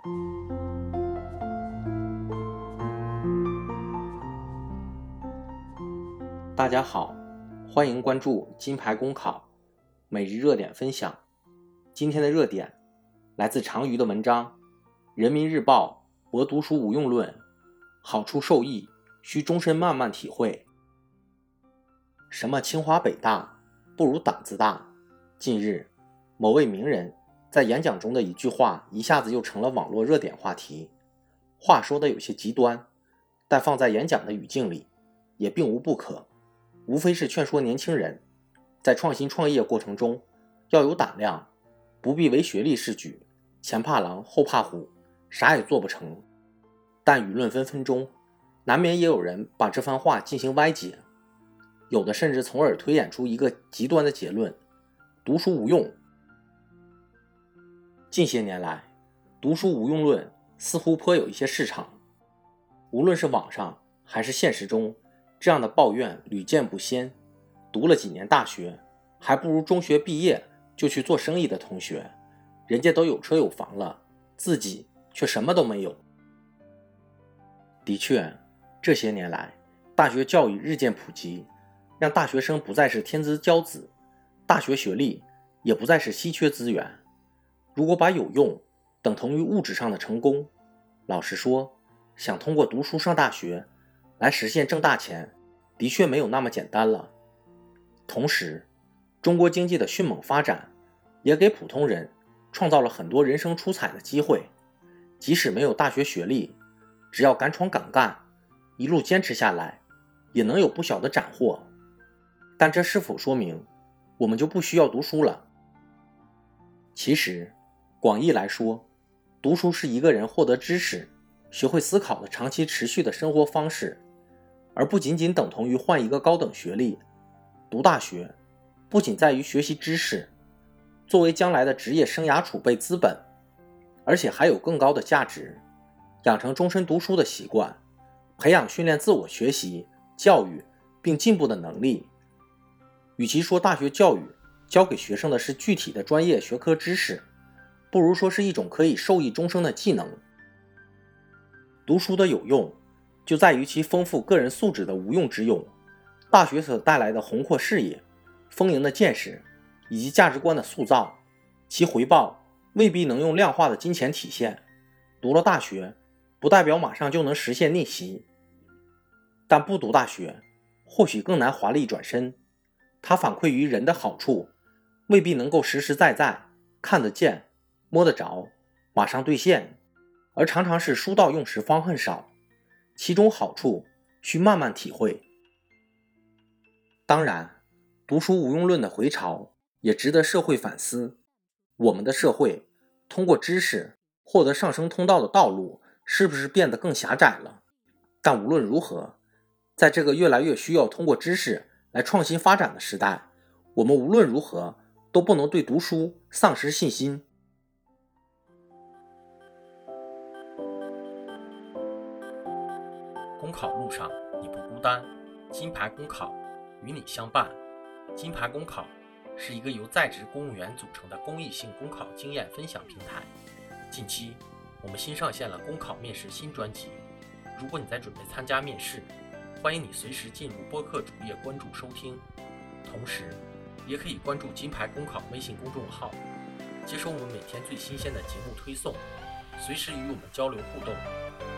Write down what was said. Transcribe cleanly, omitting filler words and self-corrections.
大家好，欢迎关注金牌公考每日热点分享。今天的热点来自常瑜的文章《人民日报博读书无用论》，好处受益需终身慢慢体会。什么清华北大不如胆子大？近日，某位名人在演讲中的一句话一下子又成了网络热点话题。话说的有些极端，但放在演讲的语境里也并无不可，无非是劝说年轻人在创新创业过程中要有胆量，不必为学历是举，前怕狼后怕虎，啥也做不成。但舆论纷纷中，难免也有人把这番话进行歪解，有的甚至从而推演出一个极端的结论：读书无用。近些年来，读书无用论似乎颇有一些市场，无论是网上还是现实中，这样的抱怨屡见不鲜。读了几年大学，还不如中学毕业就去做生意的同学，人家都有车有房了，自己却什么都没有。的确，这些年来，大学教育日渐普及，让大学生不再是天之骄子，大学学历也不再是稀缺资源。如果把有用等同于物质上的成功，老实说，想通过读书上大学来实现挣大钱，的确没有那么简单了。同时，中国经济的迅猛发展也给普通人创造了很多人生出彩的机会。即使没有大学学历，只要敢闯敢干，一路坚持下来，也能有不小的斩获。但这是否说明我们就不需要读书了？其实，广义来说，读书是一个人获得知识、学会思考的长期持续的生活方式，而不仅仅等同于换一个高等学历。读大学不仅在于学习知识，作为将来的职业生涯储备资本，而且还有更高的价值，养成终身读书的习惯，培养训练自我学习、教育并进步的能力。与其说大学教育教给学生的是具体的专业学科知识，不如说是一种可以受益终生的技能。读书的有用，就在于其丰富个人素质的无用之用。大学所带来的宏阔视野、丰盈的见识以及价值观的塑造，其回报未必能用量化的金钱体现。读了大学，不代表马上就能实现逆袭，但不读大学，或许更难华丽转身。它反馈于人的好处，未必能够实实在在看得见、摸得着，马上兑现，而常常是书到用时方恨少，其中好处需慢慢体会。当然，读书无用论的回潮也值得社会反思。我们的社会通过知识获得上升通道的道路是不是变得更狭窄了？但无论如何，在这个越来越需要通过知识来创新发展的时代，我们无论如何都不能对读书丧失信心。 公考路上你不孤单，金牌公考与你相伴。金牌公考是一个由在职公务员组成的公益性公考经验分享平台。近期我们新上线了公考面试新专辑，如果你在准备参加面试，欢迎你随时进入播客主页关注收听，同时也可以关注金牌公考微信公众号，接收我们每天最新鲜的节目推送，随时与我们交流互动。